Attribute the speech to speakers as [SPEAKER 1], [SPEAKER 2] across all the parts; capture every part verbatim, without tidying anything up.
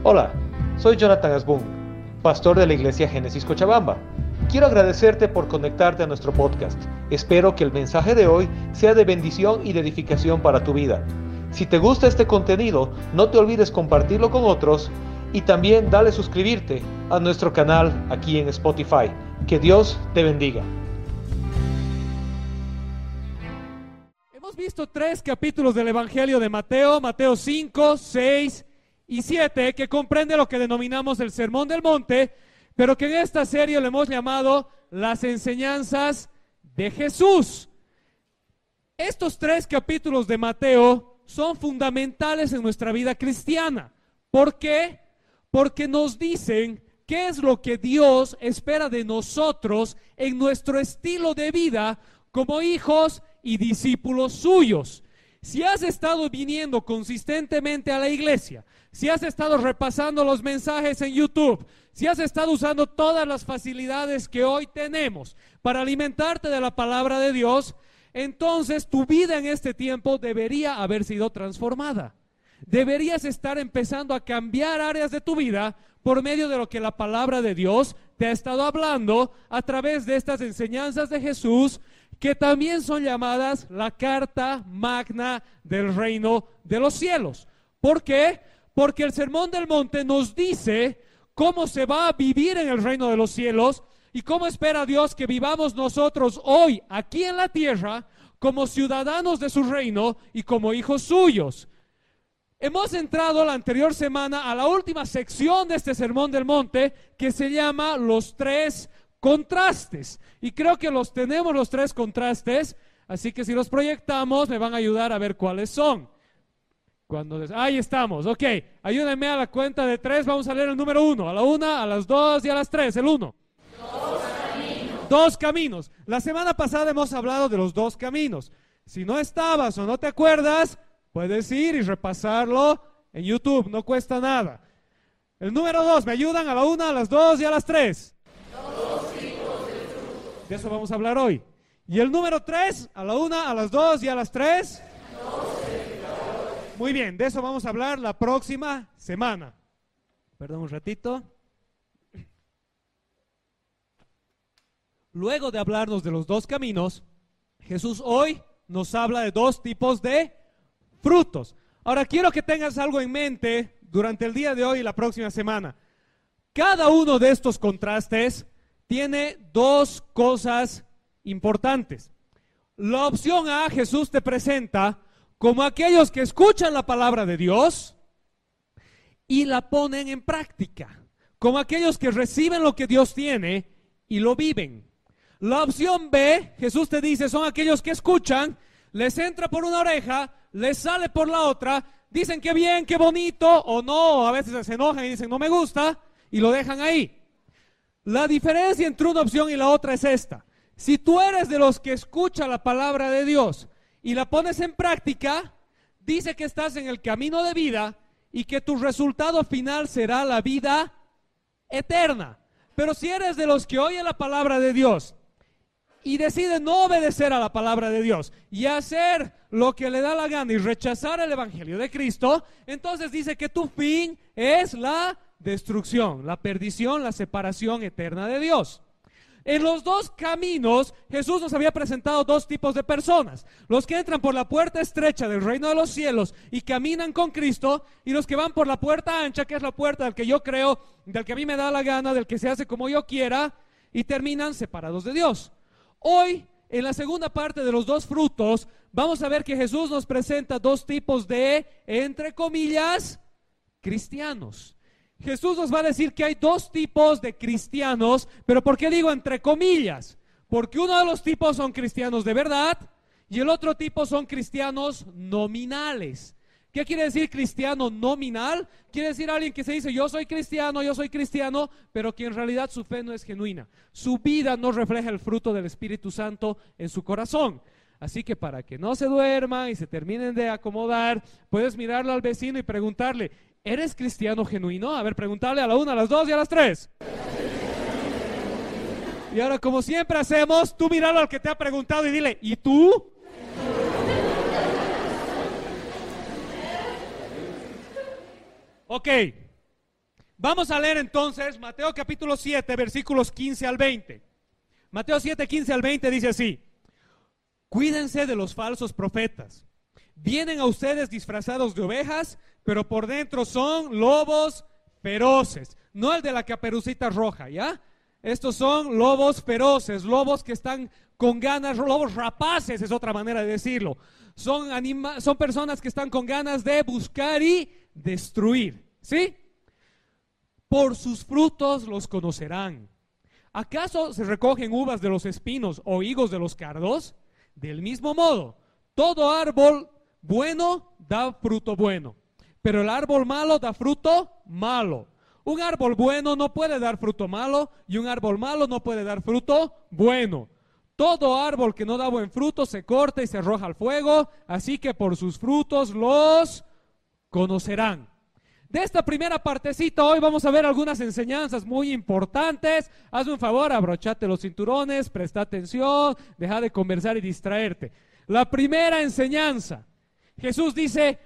[SPEAKER 1] Hola, soy Jonathan Asbun, pastor de la Iglesia Génesis Cochabamba. Quiero agradecerte por conectarte a nuestro podcast. Espero que el mensaje de hoy sea de bendición y de edificación para tu vida. Si te gusta este contenido, no te olvides compartirlo con otros y también dale suscribirte a nuestro canal aquí en Spotify. Que Dios te bendiga.
[SPEAKER 2] Hemos visto tres capítulos del Evangelio de Mateo, Mateo cinco, seis y siete, que comprende lo que denominamos el Sermón del Monte, pero que en esta serie le hemos llamado las enseñanzas de Jesús. Estos tres capítulos de Mateo son fundamentales en nuestra vida cristiana. ¿Por qué? Porque nos dicen qué es lo que Dios espera de nosotros en nuestro estilo de vida como hijos y discípulos suyos. Si has estado viniendo consistentemente a la iglesia, si has estado repasando los mensajes en YouTube, si has estado usando todas las facilidades que hoy tenemos para alimentarte de la palabra de Dios, entonces tu vida en este tiempo debería haber sido transformada. Deberías estar empezando a cambiar áreas de tu vida por medio de lo que la palabra de Dios te ha estado hablando a través de estas enseñanzas de Jesús, que también son llamadas la carta magna del reino de los cielos. ¿Por qué? Porque el Sermón del Monte nos dice cómo se va a vivir en el reino de los cielos y cómo espera Dios que vivamos nosotros hoy aquí en la tierra como ciudadanos de su reino y como hijos suyos. Hemos entrado la anterior semana a la última sección de este Sermón del Monte, que se llama los tres contrastes, y creo que los tenemos los tres contrastes, así que si los proyectamos me van a ayudar a ver cuáles son. Cuando les... Ahí estamos, ok, ayúdenme a la cuenta de tres, vamos a leer el número uno, a la una, a las dos y a las tres, el uno.
[SPEAKER 3] Dos caminos.
[SPEAKER 2] Dos caminos. La semana pasada hemos hablado de los dos caminos. Si no estabas o no te acuerdas, puedes ir y repasarlo en YouTube, no cuesta nada. El número dos, ¿me ayudan? A la una, a las dos y a las tres.
[SPEAKER 3] Dos tipos de frutos.
[SPEAKER 2] De eso vamos a hablar hoy. Y el número tres, a la una, a las dos y a las tres.
[SPEAKER 3] Dos pecadores.
[SPEAKER 2] Muy bien, de eso vamos a hablar la próxima semana. Perdón un ratito. Luego de hablarnos de los dos caminos, Jesús hoy nos habla de dos tipos de frutos. Ahora quiero que tengas algo en mente durante el día de hoy y la próxima semana. Cada uno de estos contrastes tiene dos cosas importantes. La opción A, Jesús te presenta como aquellos que escuchan la palabra de Dios y la ponen en práctica, como aquellos que reciben lo que Dios tiene y lo viven. La opción B, Jesús te dice, son aquellos que escuchan, les entra por una oreja, les sale por la otra, dicen qué bien, qué bonito, o no, a veces se enojan y dicen no me gusta, y lo dejan ahí. La diferencia entre una opción y la otra es esta. Si tú eres de los que escucha la palabra de Dios y la pones en práctica, dice que estás en el camino de vida y que tu resultado final será la vida eterna. Pero si eres de los que oye la palabra de Dios y decide no obedecer a la palabra de Dios y hacer lo que le da la gana y rechazar el evangelio de Cristo, entonces dice que tu fin es la destrucción, la perdición, la separación eterna de Dios. En los dos caminos, Jesús nos había presentado dos tipos de personas: los que entran por la puerta estrecha del reino de los cielos y caminan con Cristo, y los que van por la puerta ancha, que es la puerta del que yo creo, del que a mí me da la gana, del que se hace como yo quiera, y terminan separados de Dios. Hoy, en la segunda parte de los dos frutos, vamos a ver que Jesús nos presenta dos tipos de, entre comillas, cristianos. Jesús nos va a decir que hay dos tipos de cristianos, pero ¿por qué digo entre comillas? Porque uno de los tipos son cristianos de verdad y el otro tipo son cristianos nominales. ¿Qué quiere decir cristiano nominal? Quiere decir alguien que se dice yo soy cristiano, yo soy cristiano, pero que en realidad su fe no es genuina. Su vida no refleja el fruto del Espíritu Santo en su corazón. Así que para que no se duerman y se terminen de acomodar, puedes mirarle al vecino y preguntarle, ¿eres cristiano genuino? A ver, preguntarle a la una, a las dos y a las tres. Y ahora, como siempre hacemos, tú míralo al que te ha preguntado y dile, ¿y tú? Ok, Vamos a leer entonces Mateo capítulo siete, versículos quince al veinte. Mateo siete, quince al veinte dice así: cuídense de los falsos profetas. Vienen a ustedes disfrazados de ovejas, pero por dentro son lobos feroces. No el de la caperucita roja, ¿ya? Estos son lobos feroces, lobos que están con ganas, lobos rapaces es otra manera de decirlo. Son, anima, son personas que están con ganas de buscar y destruir, ¿sí? Por sus frutos los conocerán. ¿Acaso se recogen uvas de los espinos o higos de los cardos? Del mismo modo, todo árbol bueno da fruto bueno, pero el árbol malo da fruto malo. Un árbol bueno no puede dar fruto malo, y un árbol malo no puede dar fruto bueno. Todo árbol que no da buen fruto se corta y se arroja al fuego, así que por sus frutos los conocerán. De esta primera partecita hoy vamos a ver algunas enseñanzas muy importantes. Hazme un favor, abrochate los cinturones, presta atención, deja de conversar y distraerte. La primera enseñanza, Jesús dice: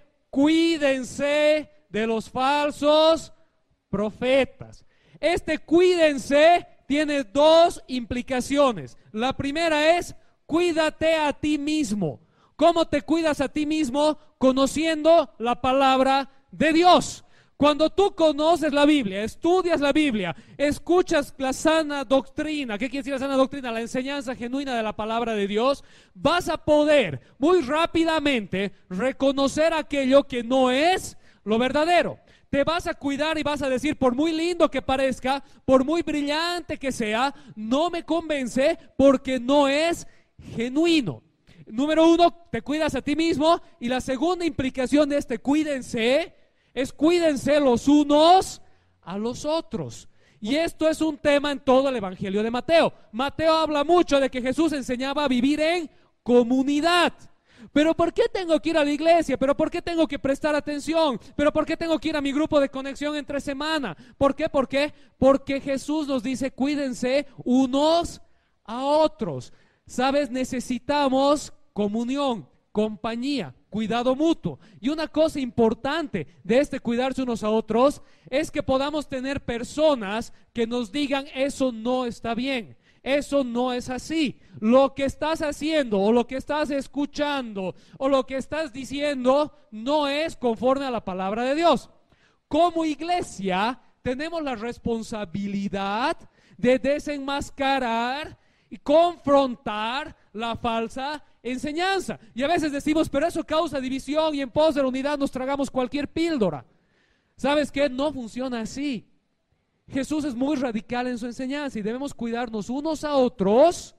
[SPEAKER 2] cuídense de los falsos profetas. Este cuídense tiene dos implicaciones. La primera es: cuídate a ti mismo. ¿Cómo te cuidas a ti mismo? Conociendo la palabra de Dios. Cuando tú conoces la Biblia, estudias la Biblia, escuchas la sana doctrina, ¿qué quiere decir la sana doctrina? La enseñanza genuina de la palabra de Dios, vas a poder muy rápidamente reconocer aquello que no es lo verdadero. Te vas a cuidar y vas a decir: por muy lindo que parezca, por muy brillante que sea, no me convence porque no es genuino. Número uno, te cuidas a ti mismo. Y la segunda implicación de este cuídense es: cuídense los unos a los otros. Y esto es un tema en todo el Evangelio de Mateo. Mateo habla mucho de que Jesús enseñaba a vivir en comunidad. Pero ¿por qué tengo que ir a la iglesia? ¿Pero por qué tengo que prestar atención? ¿Pero por qué tengo que ir a mi grupo de conexión entre semana? ¿Por qué? ¿Por qué? Porque Jesús nos dice: cuídense unos a otros. ¿Sabes? Necesitamos comunión, compañía, cuidado mutuo. Y una cosa importante de este cuidarse unos a otros es que podamos tener personas que nos digan: eso no está bien, eso no es así, lo que estás haciendo o lo que estás escuchando o lo que estás diciendo no es conforme a la palabra de Dios. Como iglesia tenemos la responsabilidad de desenmascarar y confrontar la falsa enseñanza. Y a veces decimos: pero eso causa división y en pos de la unidad nos tragamos cualquier píldora. ¿Sabes qué? No funciona así. Jesús es muy radical en su enseñanza y debemos cuidarnos unos a otros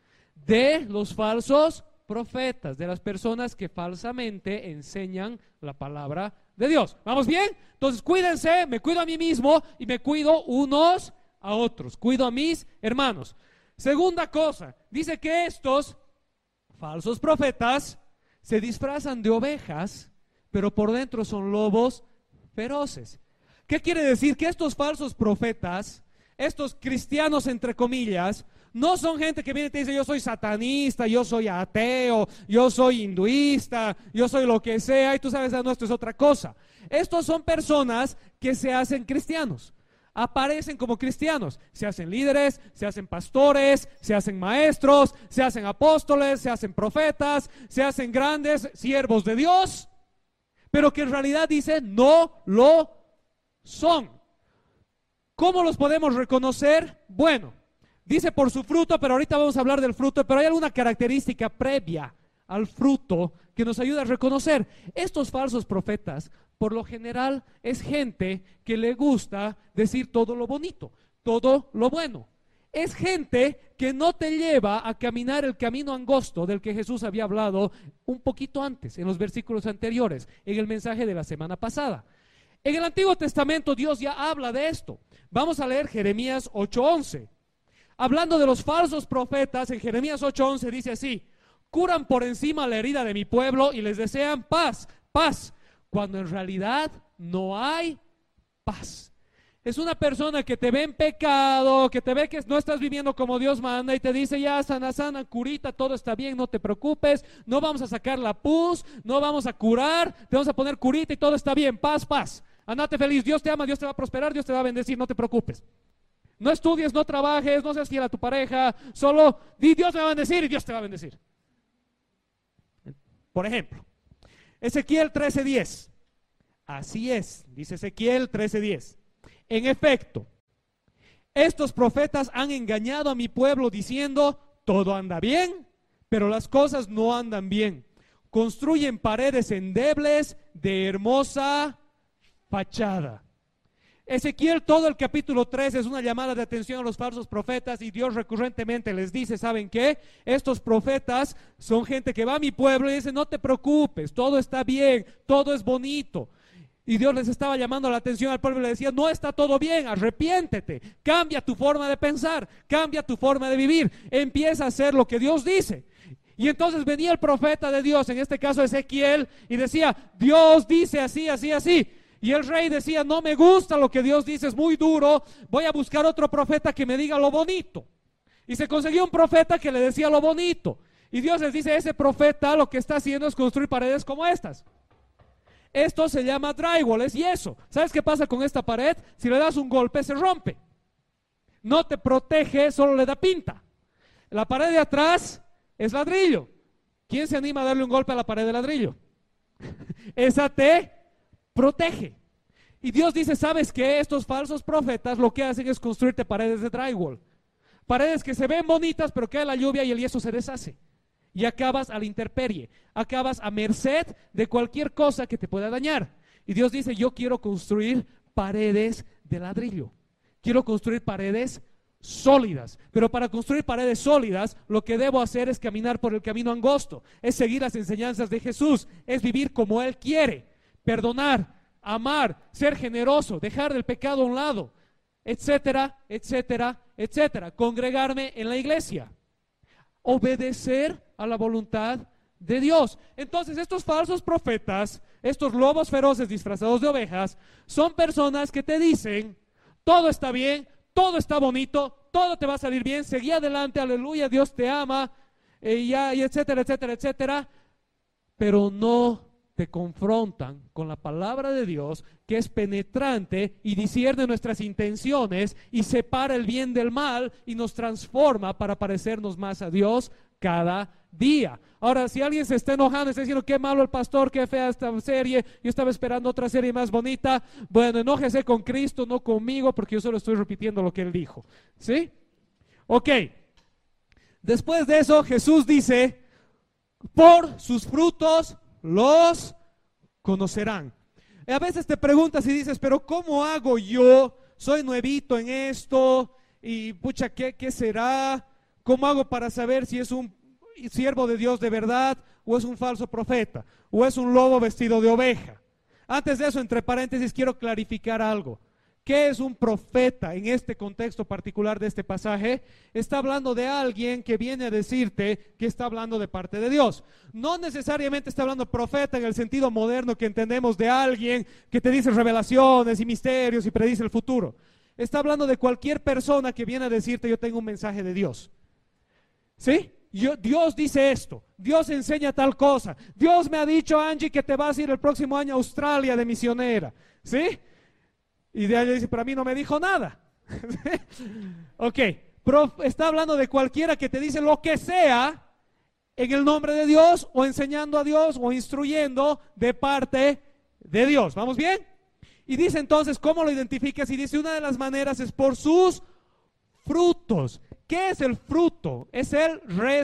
[SPEAKER 2] de los falsos profetas, de las personas que falsamente enseñan la palabra de Dios. ¿Vamos bien? Entonces cuídense, me cuido a mí mismo y me cuido unos a otros, cuido a mis hermanos. Segunda cosa, dice que estos falsos profetas se disfrazan de ovejas, pero por dentro son lobos feroces. ¿Qué quiere decir? Que estos falsos profetas, estos cristianos entre comillas, no son gente que viene y te dice: yo soy satanista, yo soy ateo, yo soy hinduista, yo soy lo que sea, y tú sabes, ah, no, esto es otra cosa. Estos son personas que se hacen cristianos, aparecen como cristianos, se hacen líderes, se hacen pastores, se hacen maestros, se hacen apóstoles, se hacen profetas, se hacen grandes siervos de Dios, pero que en realidad dicen no lo son. ¿Cómo los podemos reconocer? Bueno, dice por su fruto, pero ahorita vamos a hablar del fruto, pero hay alguna característica previa al fruto que nos ayuda a reconocer. Estos falsos profetas, por lo general, es gente que le gusta decir todo lo bonito, todo lo bueno. Es gente que no te lleva a caminar el camino angosto del que Jesús había hablado un poquito antes, en los versículos anteriores, en el mensaje de la semana pasada. En el Antiguo Testamento Dios ya habla de esto. Vamos a leer Jeremías ocho once. Hablando de los falsos profetas, en Jeremías ocho once dice así: curan por encima la herida de mi pueblo y les desean paz, paz, cuando en realidad no hay paz. Es una persona que te ve en pecado, que te ve que no estás viviendo como Dios manda y te dice: ya, sana, sana, curita, todo está bien, no te preocupes, no vamos a sacar la pus, no vamos a curar, te vamos a poner curita y todo está bien, paz, paz. Andate feliz, Dios te ama, Dios te va a prosperar, Dios te va a bendecir, no te preocupes. No estudies, no trabajes, no seas fiel a tu pareja, solo di Dios me va a bendecir y Dios te va a bendecir. Por ejemplo, Ezequiel trece diez. Así es, dice Ezequiel trece diez. En efecto, estos profetas han engañado a mi pueblo diciendo, todo anda bien, pero las cosas no andan bien. Construyen paredes endebles de hermosa fachada. Ezequiel, todo el capítulo tres es una llamada de atención a los falsos profetas y Dios recurrentemente les dice, ¿saben qué? Estos profetas son gente que va a mi pueblo y dice, no te preocupes, todo está bien, todo es bonito. Y Dios les estaba llamando la atención al pueblo y le decía, no está todo bien, arrepiéntete, cambia tu forma de pensar, cambia tu forma de vivir, empieza a hacer lo que Dios dice. Y entonces venía el profeta de Dios, en este caso Ezequiel, y decía, Dios dice así, así, así. Y el rey decía, no me gusta lo que Dios dice, es muy duro, voy a buscar otro profeta que me diga lo bonito. Y se consiguió un profeta que le decía lo bonito. Y Dios les dice, ese profeta lo que está haciendo es construir paredes como estas. Esto se llama drywall, es yeso. ¿Sabes qué pasa con esta pared? Si le das un golpe se rompe. No te protege, solo le da pinta. La pared de atrás es ladrillo. ¿Quién se anima a darle un golpe a la pared de ladrillo? Esa te protege. Y Dios dice, ¿sabes qué? Estos falsos profetas lo que hacen es construirte paredes de drywall. Paredes que se ven bonitas, pero cae la lluvia y el yeso se deshace. Y acabas a la intemperie, acabas a merced de cualquier cosa que te pueda dañar. Y Dios dice, yo quiero construir paredes de ladrillo. Quiero construir paredes sólidas. Pero para construir paredes sólidas, lo que debo hacer es caminar por el camino angosto. Es seguir las enseñanzas de Jesús. Es vivir como Él quiere. Perdonar, amar, ser generoso, dejar el pecado a un lado, etcétera, etcétera, etcétera. Congregarme en la iglesia. Obedecer a la voluntad de Dios. Entonces estos falsos profetas, estos lobos feroces disfrazados de ovejas, son personas que te dicen, todo está bien, todo está bonito, todo te va a salir bien, seguí adelante, aleluya, Dios te ama, eh, ya, y etcétera, etcétera, etcétera, pero no te confrontan con la palabra de Dios, que es penetrante y discierne nuestras intenciones y separa el bien del mal y nos transforma para parecernos más a Dios cada día. Ahora, si alguien se está enojando, está diciendo, qué malo el pastor, qué fea esta serie, yo estaba esperando otra serie más bonita, bueno, enójese con Cristo, no conmigo, porque yo solo estoy repitiendo lo que Él dijo, ¿sí? Ok, después de eso Jesús dice, por sus frutos los conocerán. A veces te preguntas y dices, pero ¿cómo hago yo? Soy nuevito en esto y pucha, ¿qué, qué será? ¿Cómo hago para saber si es un siervo de Dios de verdad o es un falso profeta o es un lobo vestido de oveja? Antes de eso, entre paréntesis, quiero clarificar algo. ¿Qué es un profeta en este contexto particular de este pasaje? Está hablando de alguien que viene a decirte que está hablando de parte de Dios. No necesariamente está hablando profeta en el sentido moderno que entendemos de alguien que te dice revelaciones y misterios y predice el futuro. Está hablando de cualquier persona que viene a decirte yo tengo un mensaje de Dios. ¿Sí? Yo, Dios dice esto, Dios enseña tal cosa. Dios me ha dicho, Angie, que te vas a ir el próximo año a Australia de misionera. ¿Sí? Y de ahí dice, pero a mí no me dijo nada. Ok, pero está hablando de cualquiera que te dice lo que sea en el nombre de Dios o enseñando a Dios o instruyendo de parte de Dios. ¿Vamos bien? Y dice entonces, ¿cómo lo identificas? Y dice, una de las maneras es por sus frutos. ¿Qué es el fruto? Es el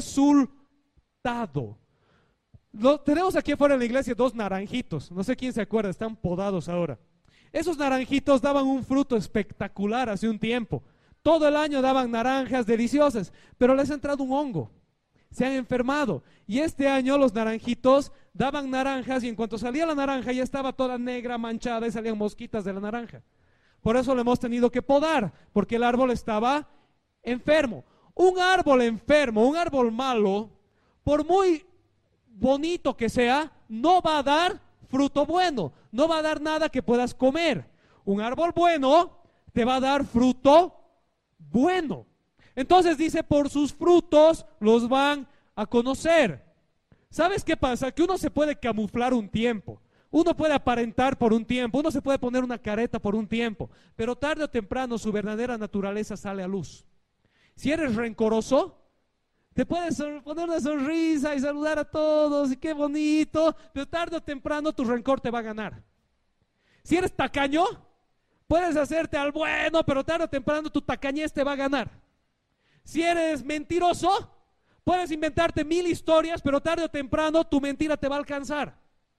[SPEAKER 2] resultado. Lo, tenemos aquí afuera en la iglesia dos naranjitos. No sé quién se acuerda, están podados ahora. Esos naranjitos daban un fruto espectacular hace un tiempo. Todo el año daban naranjas deliciosas, pero les ha entrado un hongo. Se han enfermado. Y este año los naranjitos daban naranjas y en cuanto salía la naranja ya estaba toda negra, manchada y salían mosquitas de la naranja. Por eso lo hemos tenido que podar, porque el árbol estaba enfermo. Un árbol enfermo, un árbol malo, por muy bonito que sea, no va a dar fruto bueno, no va a dar nada que puedas comer. Un árbol bueno te va a dar fruto bueno. Entonces dice, por sus frutos los van a conocer. ¿Sabes qué pasa? Que uno se puede camuflar un tiempo. Uno puede aparentar por un tiempo, uno se puede poner una careta por un tiempo, pero tarde o temprano su verdadera naturaleza sale a luz. Si eres rencoroso, te puedes poner una sonrisa y saludar a todos y qué bonito, pero tarde o temprano tu rencor te va a ganar. Si eres tacaño, puedes hacerte al bueno, pero tarde o temprano tu tacañez te va a ganar. Si eres mentiroso, puedes inventarte mil historias, pero tarde o temprano tu mentira te va a alcanzar.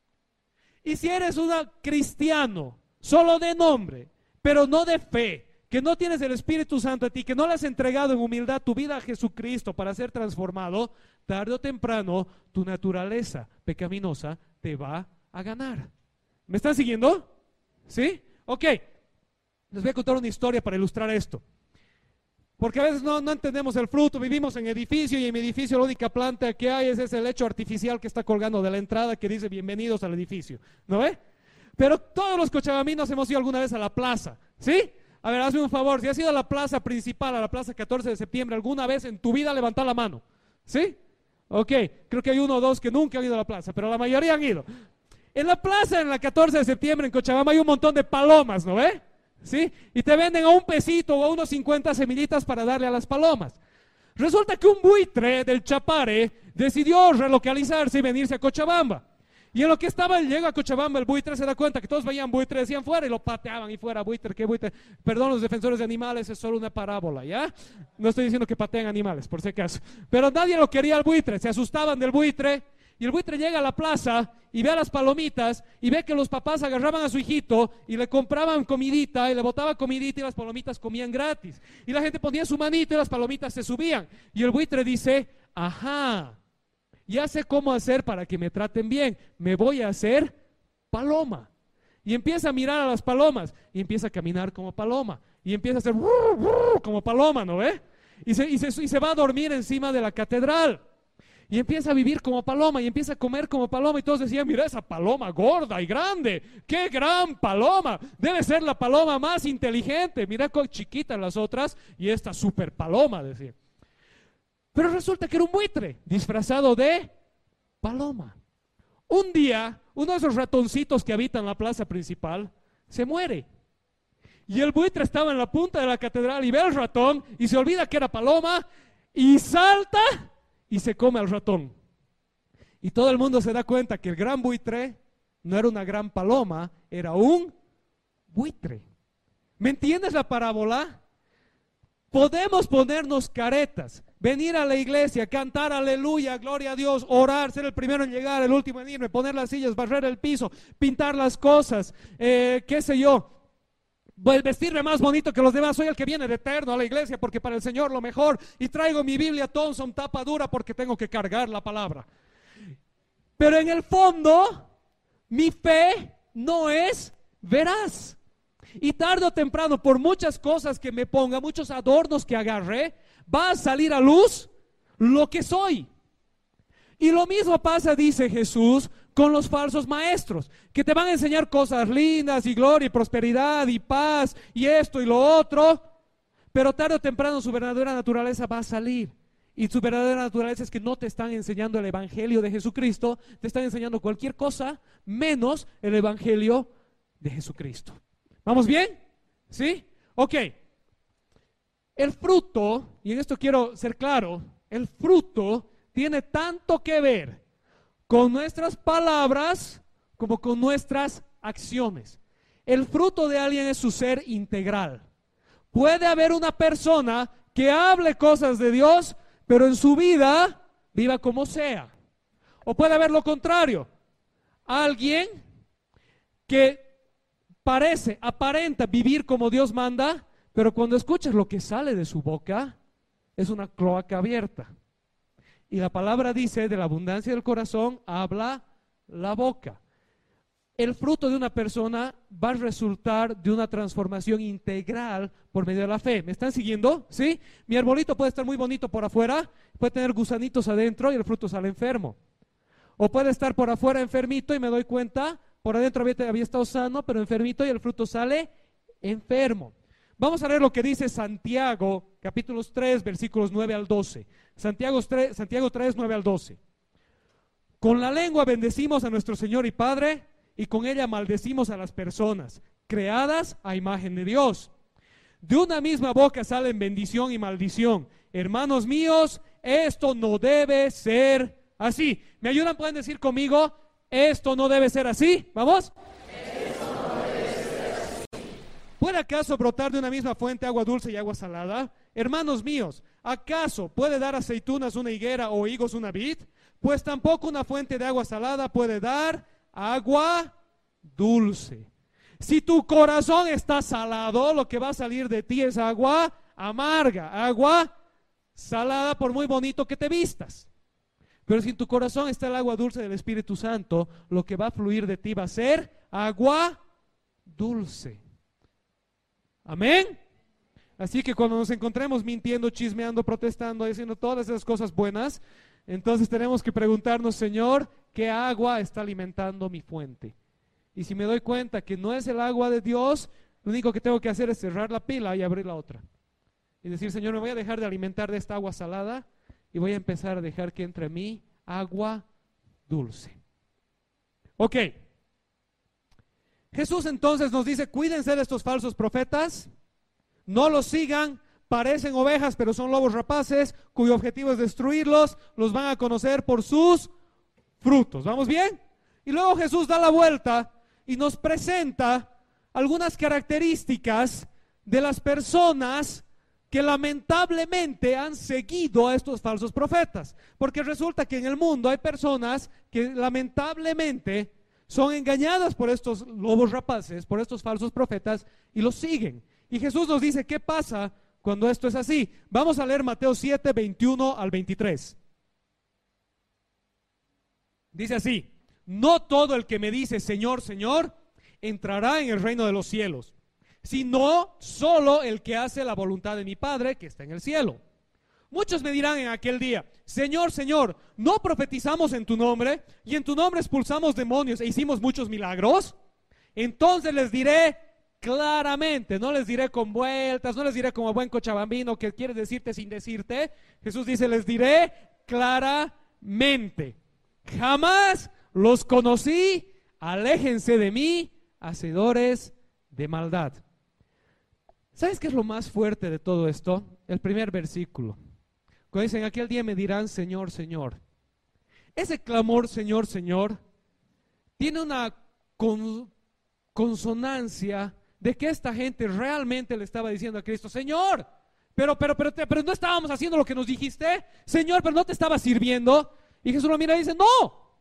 [SPEAKER 2] Y si eres un cristiano, solo de nombre, pero no de fe, que no tienes el Espíritu Santo en ti, que no le has entregado en humildad tu vida a Jesucristo para ser transformado, tarde o temprano tu naturaleza pecaminosa te va a ganar. ¿Me están siguiendo? ¿Sí? Ok, les voy a contar una historia para ilustrar esto. Porque a veces no, no entendemos el fruto, vivimos en edificio y en mi edificio la única planta que hay es ese lecho artificial que está colgando de la entrada que dice bienvenidos al edificio, ¿no ve? Pero todos los cochabaminos hemos ido alguna vez a la plaza, ¿sí? A ver, hazme un favor, si has ido a la plaza principal, a la plaza catorce de septiembre, alguna vez en tu vida levanta la mano, ¿sí? Ok, creo que hay uno o dos que nunca han ido a la plaza, pero la mayoría han ido. En la plaza, en la catorce de septiembre en Cochabamba hay un montón de palomas, ¿no ve? ¿Sí? Y te venden a un pesito o a unos cincuenta semillitas para darle a las palomas. Resulta que un buitre del Chapare decidió relocalizarse y venirse a Cochabamba. Y en lo que estaba, llega a Cochabamba el buitre, se da cuenta que todos veían buitre, decían fuera y lo pateaban y fuera buitre, qué buitre. Perdón, los defensores de animales, es solo una parábola, ¿ya? No estoy diciendo que pateen animales, por si acaso. Pero nadie lo quería al buitre, se asustaban del buitre. Y el buitre llega a la plaza y ve a las palomitas y ve que los papás agarraban a su hijito y le compraban comidita y le botaban comidita y las palomitas comían gratis. Y la gente ponía su manito y las palomitas se subían. Y el buitre dice, ajá, ya sé cómo hacer para que me traten bien, me voy a hacer paloma. Y empieza a mirar a las palomas y empieza a caminar como paloma. Y empieza a hacer brr, brr, como paloma, ¿no ve? Y se, y, se, y se va a dormir encima de la catedral. Y empieza a vivir como paloma y empieza a comer como paloma y todos decían, mira esa paloma gorda y grande, qué gran paloma, debe ser la paloma más inteligente, mira cómo chiquitas las otras y esta super paloma, decía. Pero resulta que era un buitre disfrazado de paloma. Un día, uno de esos ratoncitos que habitan la plaza principal se muere. Y el buitre estaba en la punta de la catedral y ve al ratón y se olvida que era paloma y salta y se come al ratón. Y todo el mundo se da cuenta que el gran buitre no era una gran paloma, era un buitre. ¿Me entiendes la parábola? Podemos ponernos caretas, venir a la iglesia, cantar aleluya, gloria a Dios, orar, ser el primero en llegar, el último en irme, poner las sillas, barrer el piso, pintar las cosas, eh, qué sé yo, vestirme más bonito que los demás, soy el que viene de eterno a la iglesia porque para el Señor lo mejor, y traigo mi Biblia Thompson tapa dura porque tengo que cargar la palabra. Pero en el fondo, mi fe no es veraz. Y tarde o temprano, por muchas cosas que me ponga, muchos adornos que agarre, va a salir a luz lo que soy. Y lo mismo pasa, dice Jesús, con los falsos maestros, que te van a enseñar cosas lindas y gloria y prosperidad y paz y esto y lo otro, pero tarde o temprano su verdadera naturaleza va a salir. Y su verdadera naturaleza es que no te están enseñando el evangelio de Jesucristo, te están enseñando cualquier cosa menos el evangelio de Jesucristo. ¿Vamos bien? ¿Sí? Ok. El fruto, y en esto quiero ser claro, el fruto tiene tanto que ver con nuestras palabras como con nuestras acciones. El fruto de alguien es su ser integral. Puede haber una persona que hable cosas de Dios, pero en su vida viva como sea. O puede haber lo contrario. Alguien que parece, aparenta vivir como Dios manda, pero cuando escuchas lo que sale de su boca, es una cloaca abierta. Y la palabra dice, de la abundancia del corazón, habla la boca. El fruto de una persona va a resultar de una transformación integral por medio de la fe. ¿Me están siguiendo? ¿Sí? Mi arbolito puede estar muy bonito por afuera, puede tener gusanitos adentro y el fruto sale enfermo. O puede estar por afuera enfermito y me doy cuenta, por adentro había, había estado sano, pero enfermito y el fruto sale enfermo. Vamos a leer lo que dice Santiago, capítulos tres, versículos nueve al doce. Santiago tres, Santiago tres, nueve al doce. Con la lengua bendecimos a nuestro Señor y Padre, y con ella maldecimos a las personas, creadas a imagen de Dios. De una misma boca salen bendición y maldición. Hermanos míos, esto no debe ser así. ¿Me ayudan? ¿Pueden decir conmigo? Esto no debe ser así. ¿Vamos?
[SPEAKER 3] Esto no debe ser así.
[SPEAKER 2] ¿Puede acaso brotar de una misma fuente agua dulce y agua salada? Hermanos míos, ¿acaso puede dar aceitunas una higuera o higos una vid? Pues tampoco una fuente de agua salada puede dar agua dulce. Si tu corazón está salado, lo que va a salir de ti es agua amarga, agua salada, por muy bonito que te vistas. Pero si en tu corazón está el agua dulce del Espíritu Santo, lo que va a fluir de ti va a ser agua dulce. Amén. Así que cuando nos encontremos mintiendo, chismeando, protestando, haciendo todas esas cosas buenas, entonces tenemos que preguntarnos, Señor, ¿qué agua está alimentando mi fuente? Y si me doy cuenta que no es el agua de Dios, lo único que tengo que hacer es cerrar la pila y abrir la otra. Y decir, Señor, me voy a dejar de alimentar de esta agua salada y voy a empezar a dejar que entre mí agua dulce. Ok. Jesús entonces nos dice, cuídense de estos falsos profetas, no los sigan, parecen ovejas pero son lobos rapaces, cuyo objetivo es destruirlos, los van a conocer por sus frutos. ¿Vamos bien? Y luego Jesús da la vuelta y nos presenta algunas características de las personas que lamentablemente han seguido a estos falsos profetas, porque resulta que en el mundo hay personas que lamentablemente son engañadas por estos lobos rapaces, por estos falsos profetas, y los siguen. Y Jesús nos dice, ¿qué pasa cuando esto es así? Vamos a leer Mateo siete, veintiuno al veintitrés. Dice así: no todo el que me dice Señor, Señor, entrará en el reino de los cielos, sino solo el que hace la voluntad de mi Padre que está en el cielo. Muchos me dirán en aquel día, Señor, Señor, ¿no profetizamos en tu nombre? Y en tu nombre expulsamos demonios e hicimos muchos milagros. Entonces les diré claramente, no les diré con vueltas, no les diré como buen cochabambino que quiere decirte sin decirte. Jesús dice, les diré claramente, jamás los conocí, aléjense de mí, hacedores de maldad. ¿Sabes qué es lo más fuerte de todo esto? El primer versículo. Cuando dicen, aquel día me dirán Señor, Señor. Ese clamor Señor, Señor tiene una con, consonancia de que esta gente realmente le estaba diciendo a Cristo, Señor, pero, pero, pero, pero no estábamos haciendo lo que nos dijiste, Señor, pero no te estaba sirviendo. Y Jesús lo mira y dice, no.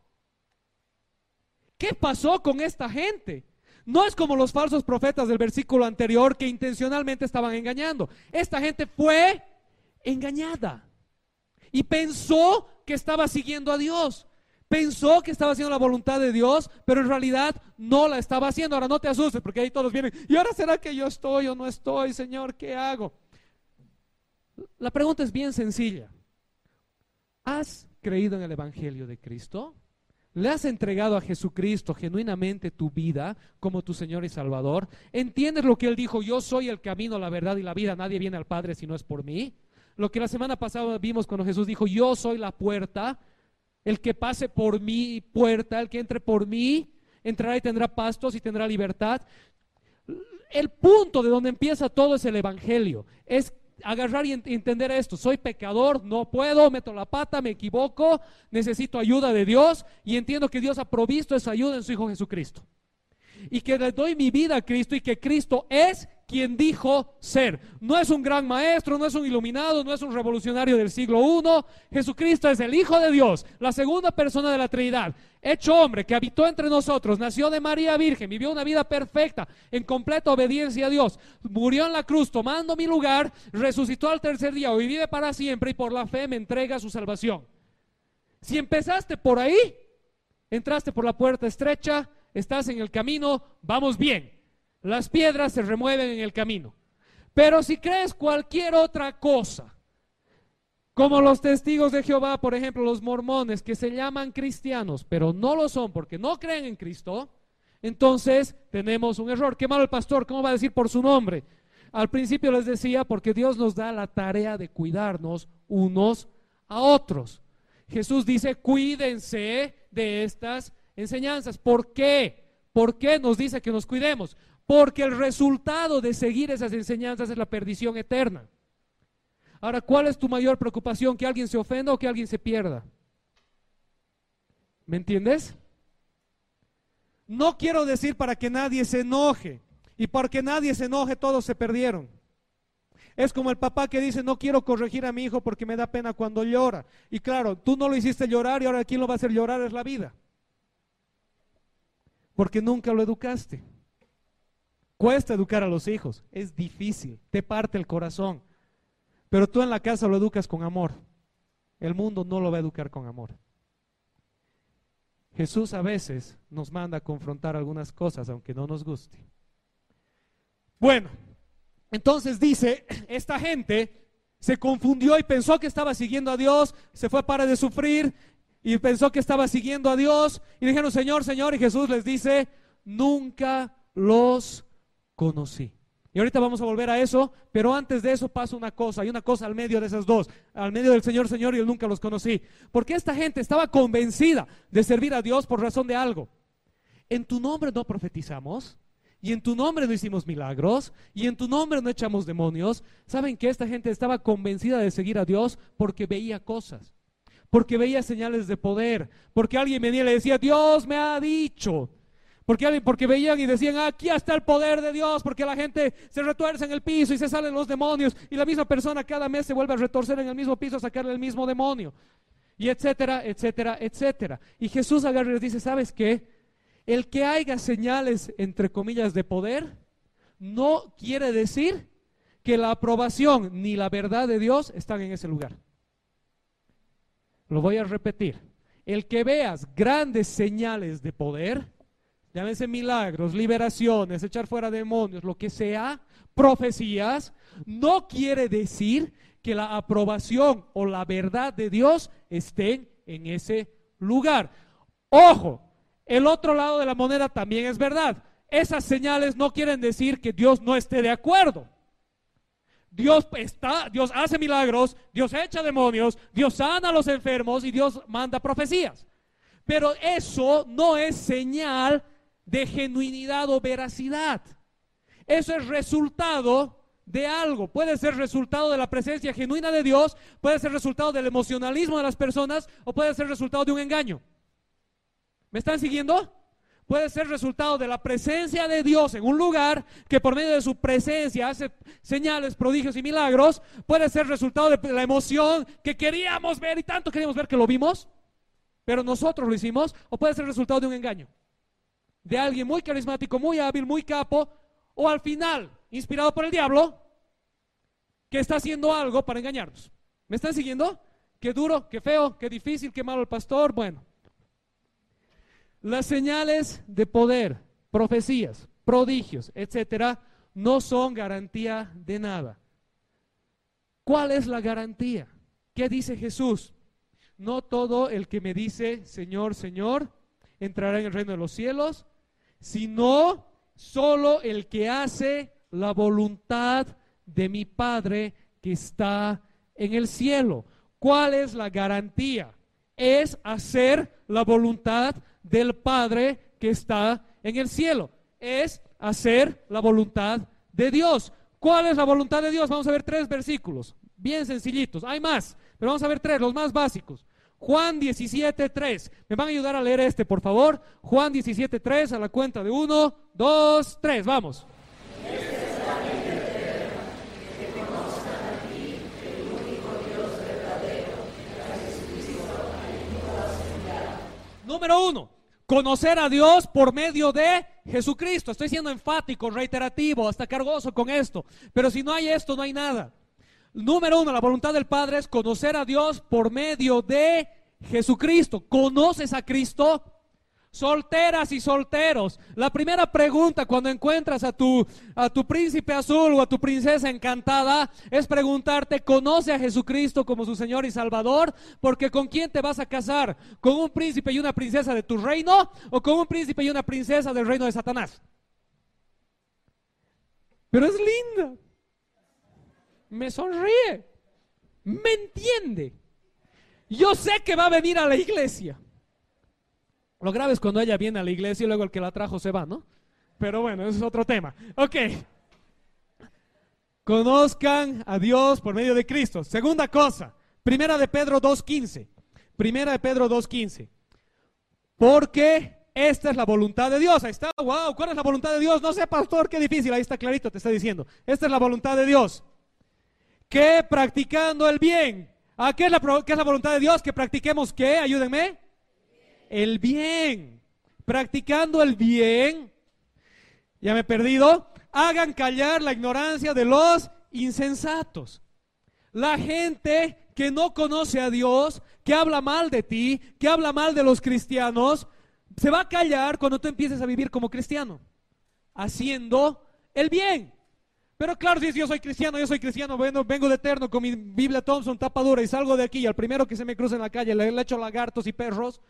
[SPEAKER 2] ¿Qué pasó con esta gente? No es como los falsos profetas del versículo anterior que intencionalmente estaban engañando. Esta gente fue engañada y pensó que estaba siguiendo a Dios, pensó que estaba haciendo la voluntad de Dios, pero en realidad no la estaba haciendo. Ahora no te asustes, porque ahí todos vienen, ¿y ahora será que yo estoy o no estoy, Señor? ¿Qué hago? La pregunta es bien sencilla. ¿Has creído en el Evangelio de Cristo? ¿Le has entregado a Jesucristo genuinamente tu vida como tu Señor y Salvador? ¿Entiendes lo que Él dijo? Yo soy el camino, la verdad y la vida. Nadie viene al Padre si no es por mí. Lo que la semana pasada vimos cuando Jesús dijo, yo soy la puerta. El que pase por mi puerta, el que entre por mí, entrará y tendrá pastos y tendrá libertad. El punto de donde empieza todo es el Evangelio. Es agarrar y entender esto, soy pecador, no puedo, meto la pata, me equivoco, necesito ayuda de Dios y entiendo que Dios ha provisto esa ayuda en su Hijo Jesucristo y que le doy mi vida a Cristo y que Cristo es quien dijo ser. No es un gran maestro, no es un iluminado, no es un revolucionario del siglo primero. Jesucristo es el Hijo de Dios, la segunda persona de la Trinidad, hecho hombre, que habitó entre nosotros, nació de María Virgen, vivió una vida perfecta, en completa obediencia a Dios, murió en la cruz tomando mi lugar, resucitó al tercer día, hoy vive para siempre y por la fe me entrega su salvación. Si empezaste por ahí, entraste por la puerta estrecha, estás en el camino, vamos bien. Las piedras se remueven en el camino. Pero si crees cualquier otra cosa, como los testigos de Jehová, por ejemplo, los mormones, que se llaman cristianos, pero no lo son porque no creen en Cristo, entonces tenemos un error. Qué malo el pastor, ¿cómo va a decir por su nombre? Al principio les decía, porque Dios nos da la tarea de cuidarnos unos a otros. Jesús dice, cuídense de estas enseñanzas. ¿Por qué? ¿Por qué nos dice que nos cuidemos? Porque el resultado de seguir esas enseñanzas es la perdición eterna. Ahora, ¿cuál es tu mayor preocupación? ¿Que alguien se ofenda o que alguien se pierda? ¿Me entiendes? No quiero decir para que nadie se enoje, y porque nadie se enoje todos se perdieron. Es como el papá que dice, no quiero corregir a mi hijo porque me da pena cuando llora. Y claro, tú no lo hiciste llorar y ahora quien lo va a hacer llorar es la vida. Porque nunca lo educaste. Cuesta educar a los hijos, es difícil, te parte el corazón. Pero tú en la casa lo educas con amor. El mundo no lo va a educar con amor. Jesús a veces nos manda a confrontar algunas cosas, aunque no nos guste. Bueno, entonces dice, esta gente se confundió y pensó que estaba siguiendo a Dios, se fue para de sufrir y pensó que estaba siguiendo a Dios y dijeron, Señor, Señor, y Jesús les dice, nunca los conocí. Y ahorita vamos a volver a eso, pero antes de eso pasa una cosa, hay una cosa al medio de esas dos, al medio del Señor, Señor, y él nunca los conocí. Porque esta gente estaba convencida de servir a Dios por razón de algo. En tu nombre no profetizamos, y en tu nombre no hicimos milagros, y en tu nombre no echamos demonios. ¿Saben que esta gente estaba convencida de seguir a Dios porque veía cosas? Porque veía señales de poder, porque alguien venía y le decía, Dios me ha dicho. Porque, porque veían y decían, aquí está el poder de Dios, porque la gente se retuerce en el piso y se salen los demonios, y la misma persona cada mes se vuelve a retorcer en el mismo piso a sacarle el mismo demonio, y etcétera, etcétera, etcétera. Y Jesús agarra y les dice, ¿sabes qué? El que haya señales, entre comillas, de poder, no quiere decir que la aprobación ni la verdad de Dios están en ese lugar. Lo voy a repetir. El que veas grandes señales de poder, llámense milagros, liberaciones, echar fuera demonios, lo que sea, profecías, no quiere decir que la aprobación o la verdad de Dios estén en ese lugar. Ojo, el otro lado de la moneda también es verdad. Esas señales no quieren decir que Dios no esté de acuerdo. Dios está, Dios hace milagros, Dios echa demonios, Dios sana a los enfermos y Dios manda profecías. Pero eso no es señal de genuinidad o veracidad. Eso es resultado de algo. Puede ser resultado de la presencia genuina de Dios, puede ser resultado del emocionalismo de las personas o puede ser resultado de un engaño. ¿Me están siguiendo? Puede ser resultado de la presencia de Dios en un lugar que por medio de su presencia hace señales, prodigios y milagros. Puede ser resultado de la emoción que queríamos ver y tanto queríamos ver que lo vimos, pero nosotros lo hicimos. O puede ser resultado de un engaño, de alguien muy carismático, muy hábil, muy capo, o al final, inspirado por el diablo, que está haciendo algo para engañarnos. ¿Me están siguiendo? Qué duro, qué feo, qué difícil, qué malo el pastor. Bueno, las señales de poder, profecías, prodigios, etcétera, no son garantía de nada. ¿Cuál es la garantía? ¿Qué dice Jesús? No todo el que me dice Señor, Señor, entrará en el reino de los cielos, sino solo el que hace la voluntad de mi Padre que está en el cielo. ¿Cuál es la garantía? Es hacer la voluntad del Padre que está en el cielo. Es hacer la voluntad de Dios. ¿Cuál es la voluntad de Dios? Vamos a ver tres versículos, bien sencillitos. Hay más, pero vamos a ver tres, los más básicos. Juan diecisiete, tres. ¿Me van a ayudar a leer este, por favor? Juan diecisiete, tres, a la cuenta de uno, dos, tres, vamos. Número uno, conocer a Dios por medio de Jesucristo. Estoy siendo enfático, reiterativo, hasta cargoso con esto. Pero si no hay esto, no hay nada. Número uno, la voluntad del Padre es conocer a Dios por medio de Jesucristo. ¿Conoces a Cristo? Solteras y solteros, la primera pregunta cuando encuentras a tu, a tu príncipe azul o a tu princesa encantada es preguntarte, ¿conoce a Jesucristo como su Señor y Salvador? Porque ¿con quién te vas a casar? ¿Con un príncipe y una princesa de tu reino o con un príncipe y una princesa del reino de Satanás? Pero es linda, me sonríe, me entiende. Yo sé que va a venir a la iglesia. Lo grave es cuando ella viene a la iglesia y luego el que la trajo se va, ¿no? Pero bueno, eso es otro tema. Ok. Conozcan a Dios por medio de Cristo. Segunda cosa, Primera de Pedro dos quince. Primera de Pedro dos quince. Porque esta es la voluntad de Dios. Ahí está, wow, ¿cuál es la voluntad de Dios? No sé, pastor, qué difícil. Ahí está clarito, te está diciendo. Esta es la voluntad de Dios. Que practicando el bien. ¿Ah, qué es la, qué es la voluntad de Dios? Que practiquemos ¿qué? Ayúdenme. El bien. Practicando el bien. Ya me he perdido. Hagan callar la ignorancia de los insensatos. La gente que no conoce a Dios, que habla mal de ti, que habla mal de los cristianos, se va a callar cuando tú empieces a vivir como cristiano, haciendo el bien. Pero claro, si yo soy cristiano, yo soy cristiano, vengo, vengo de eterno con mi Biblia Thompson, tapa dura, y salgo de aquí y al primero que se me cruza en la calle le, le echo lagartos y perros,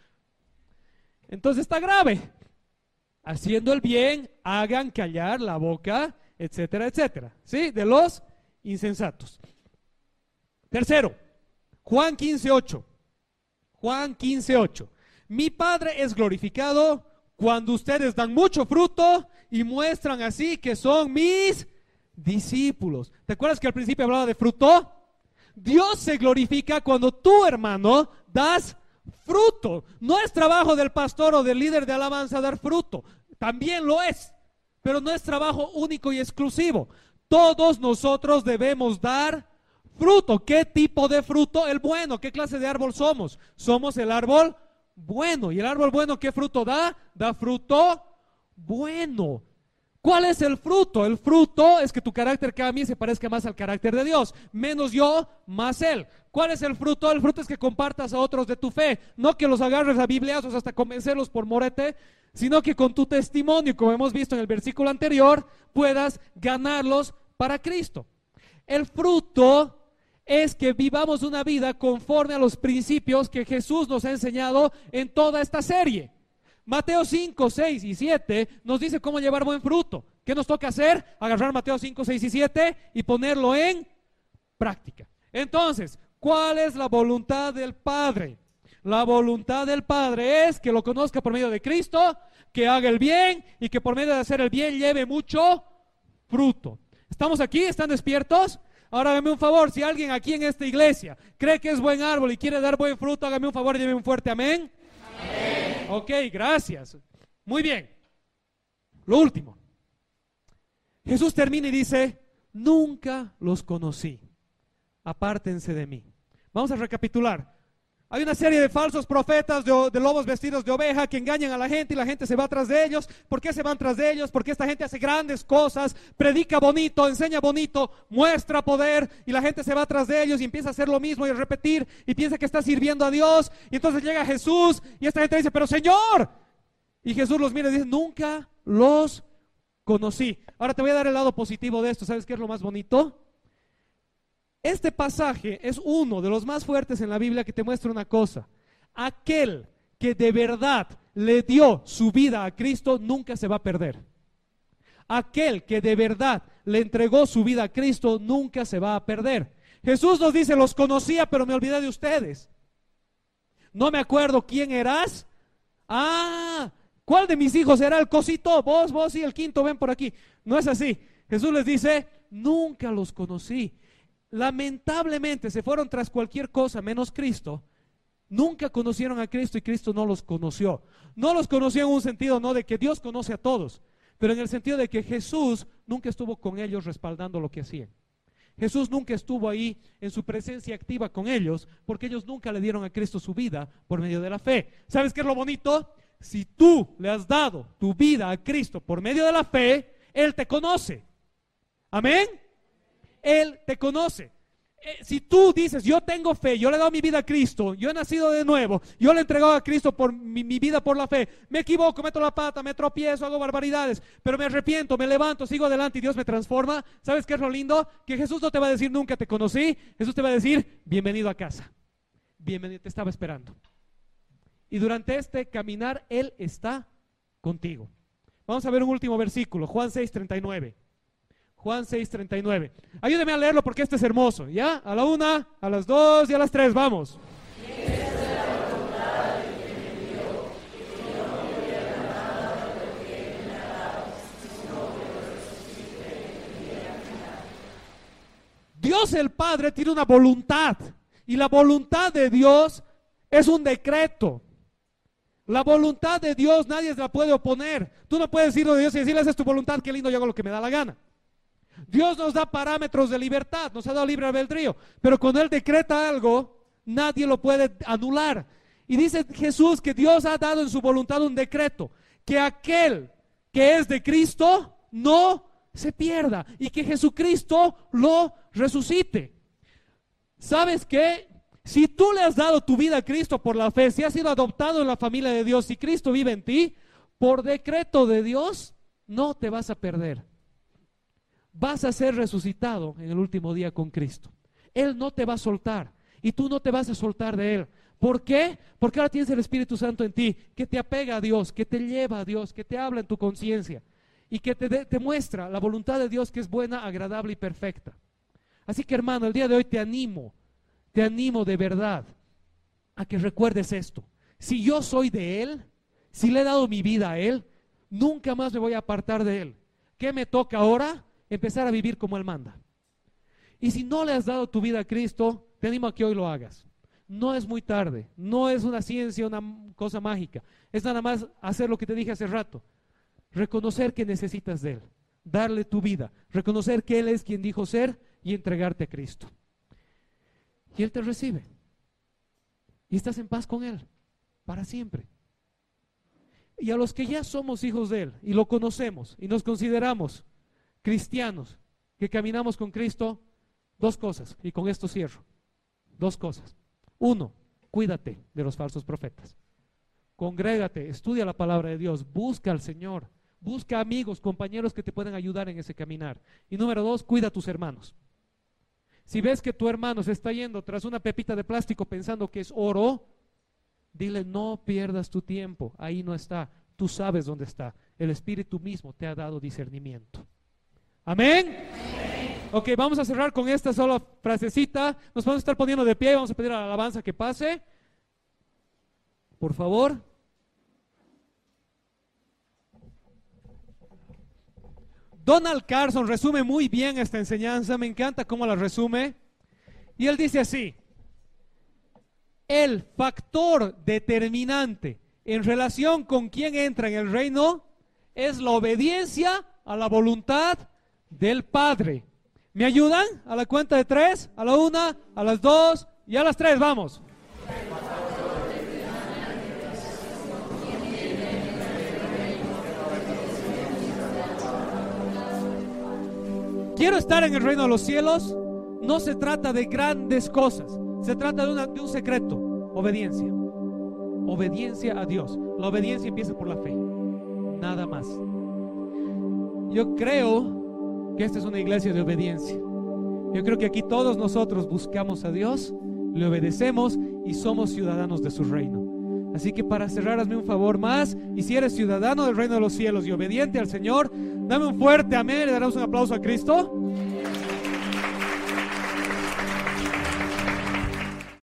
[SPEAKER 2] entonces está grave. Haciendo el bien, hagan callar la boca, etcétera, etcétera, ¿sí? De los insensatos. Tercero, Juan quince ocho. Juan quince ocho. Mi Padre es glorificado cuando ustedes dan mucho fruto y muestran así que son mis discípulos. ¿Te acuerdas que al principio hablaba de fruto? Dios se glorifica cuando tú, hermano, das fruto. No es trabajo del pastor o del líder de alabanza dar fruto, también lo es, pero no es trabajo único y exclusivo. Todos nosotros debemos dar fruto. ¿Qué tipo de fruto? El bueno. ¿Qué clase de árbol somos? Somos el árbol bueno. ¿Y el árbol bueno qué fruto da? Da fruto bueno. ¿Cuál es el fruto? El fruto es que tu carácter cambie y se parezca más al carácter de Dios. Menos yo, más Él. ¿Cuál es el fruto? El fruto es que compartas a otros de tu fe. No que los agarres a bibliazos hasta convencerlos por morete, sino que con tu testimonio, como hemos visto en el versículo anterior, puedas ganarlos para Cristo. El fruto es que vivamos una vida conforme a los principios que Jesús nos ha enseñado en toda esta serie. Mateo cinco, seis y siete nos dice cómo llevar buen fruto. ¿Qué nos toca hacer? Agarrar Mateo cinco, seis y siete y ponerlo en práctica. Entonces, ¿cuál es la voluntad del Padre? La voluntad del Padre es que lo conozca por medio de Cristo, que haga el bien y que por medio de hacer el bien lleve mucho fruto. ¿Estamos aquí? ¿Están despiertos? Ahora hágame un favor, si alguien aquí en esta iglesia cree que es buen árbol y quiere dar buen fruto, hágame un favor y déme un fuerte amén. Amén. Ok, gracias. Muy bien. Lo último. Jesús termina y dice, nunca los conocí. Apártense de mí. Vamos a recapitular. Hay una serie de falsos profetas, de, de lobos vestidos de oveja que engañan a la gente y la gente se va tras de ellos. ¿Por qué se van tras de ellos? Porque esta gente hace grandes cosas, predica bonito, enseña bonito, muestra poder y la gente se va tras de ellos y empieza a hacer lo mismo y a repetir y piensa que está sirviendo a Dios. Y entonces llega Jesús y esta gente dice, pero Señor, y Jesús los mira y dice, nunca los conocí. Ahora te voy a dar el lado positivo de esto. ¿Sabes qué es lo más bonito? Este pasaje es uno de los más fuertes en la Biblia que te muestra una cosa. Aquel que de verdad le dio su vida a Cristo nunca se va a perder. Aquel que de verdad le entregó su vida a Cristo nunca se va a perder. Jesús nos dice, los conocía pero me olvidé de ustedes. No me acuerdo quién eras. Ah, ¿cuál de mis hijos era el cosito? Vos, vos y el quinto, ven por aquí. No es así. Jesús les dice, nunca los conocí. Lamentablemente se fueron tras cualquier cosa menos Cristo. Nunca conocieron a Cristo y Cristo no los conoció. No los conoció en un sentido no de que Dios conoce a todos, pero en el sentido de que Jesús nunca estuvo con ellos respaldando lo que hacían. Jesús nunca estuvo ahí en su presencia activa con ellos, porque ellos nunca le dieron a Cristo su vida por medio de la fe. ¿Sabes qué es lo bonito? Si tú le has dado tu vida a Cristo por medio de la fe, Él te conoce. ¿Amén? Él te conoce. Eh, si tú dices, yo tengo fe, yo le he dado mi vida a Cristo, yo he nacido de nuevo, yo le he entregado a Cristo por mi, mi vida por la fe, me equivoco, meto la pata, me tropiezo, hago barbaridades, pero me arrepiento, me levanto, sigo adelante y Dios me transforma. ¿Sabes qué es lo lindo? Que Jesús no te va a decir nunca te conocí. Jesús te va a decir, bienvenido a casa, bienvenido, te estaba esperando. Y durante este caminar Él está contigo. Vamos a ver un último versículo, Juan seis, treinta y nueve. Juan seis, treinta y nueve. Ayúdeme a leerlo porque este es hermoso. ¿Ya? A la una, a las dos y a las tres. Vamos.
[SPEAKER 3] Y esta es la voluntad del que me envió, que yo
[SPEAKER 2] Dios el Padre tiene una voluntad, y la voluntad de Dios es un decreto. La voluntad de Dios nadie se la puede oponer. Tú no puedes ir a Dios y decirle, esa es tu voluntad, qué lindo, yo hago lo que me da la gana. Dios nos da parámetros de libertad, nos ha dado libre albedrío, pero cuando Él decreta algo, nadie lo puede anular. Y dice Jesús que Dios ha dado en su voluntad un decreto, que aquel que es de Cristo no se pierda y que Jesucristo lo resucite. ¿Sabes qué? Si tú le has dado tu vida a Cristo por la fe, si has sido adoptado en la familia de Dios, si Cristo vive en ti, por decreto de Dios, no te vas a perder. Vas a ser resucitado en el último día con Cristo. Él no te va a soltar y tú no te vas a soltar de Él. ¿Por qué? Porque ahora tienes el Espíritu Santo en ti, que te apega a Dios, que te lleva a Dios, que te habla en tu conciencia y que te, de, te muestra la voluntad de Dios, que es buena, agradable y perfecta. Así que, hermano, el día de hoy te animo, te animo de verdad a que recuerdes esto. Si yo soy de Él, si le he dado mi vida a Él, nunca más me voy a apartar de Él. ¿Qué me toca ahora? Empezar a vivir como Él manda. Y si no le has dado tu vida a Cristo, te animo a que hoy lo hagas. No es muy tarde, no es una ciencia, una cosa mágica. Es nada más hacer lo que te dije hace rato. Reconocer que necesitas de Él, darle tu vida, reconocer que Él es quien dijo ser y entregarte a Cristo. Y Él te recibe. Y estás en paz con Él, para siempre. Y a los que ya somos hijos de Él y lo conocemos y nos consideramos cristianos, que caminamos con Cristo, dos cosas, y con esto cierro. Dos cosas. Uno, cuídate de los falsos profetas. Congrégate, estudia la palabra de Dios, busca al Señor, busca amigos, compañeros que te puedan ayudar en ese caminar. Y número dos, cuida a tus hermanos. Si ves que tu hermano se está yendo tras una pepita de plástico pensando que es oro, dile, no pierdas tu tiempo, ahí no está, tú sabes dónde está. El Espíritu mismo te ha dado discernimiento. ¿Amén? Amén. Ok, vamos a cerrar con esta sola frasecita. Nos vamos a estar poniendo de pie, vamos a pedir a la alabanza que pase. Por favor. Donald Carson resume muy bien esta enseñanza, me encanta cómo la resume. Y él dice así: el factor determinante en relación con quien entra en el reino es la obediencia a la voluntad del Padre. ¿Me ayudan? A la cuenta de tres, a la una, a las dos y a las tres, vamos. Quiero estar en el reino de los cielos. No se trata de grandes cosas, se trata de, una, de un secreto: obediencia. Obediencia a Dios. La obediencia empieza por la fe, nada más. Yo creo que esta es una iglesia de obediencia. Yo creo que aquí todos nosotros buscamos a Dios, le obedecemos y somos ciudadanos de su reino. Así que para cerrar, hazme un favor más, y si eres ciudadano del reino de los cielos y obediente al Señor, dame un fuerte amén. Le daremos un aplauso a Cristo.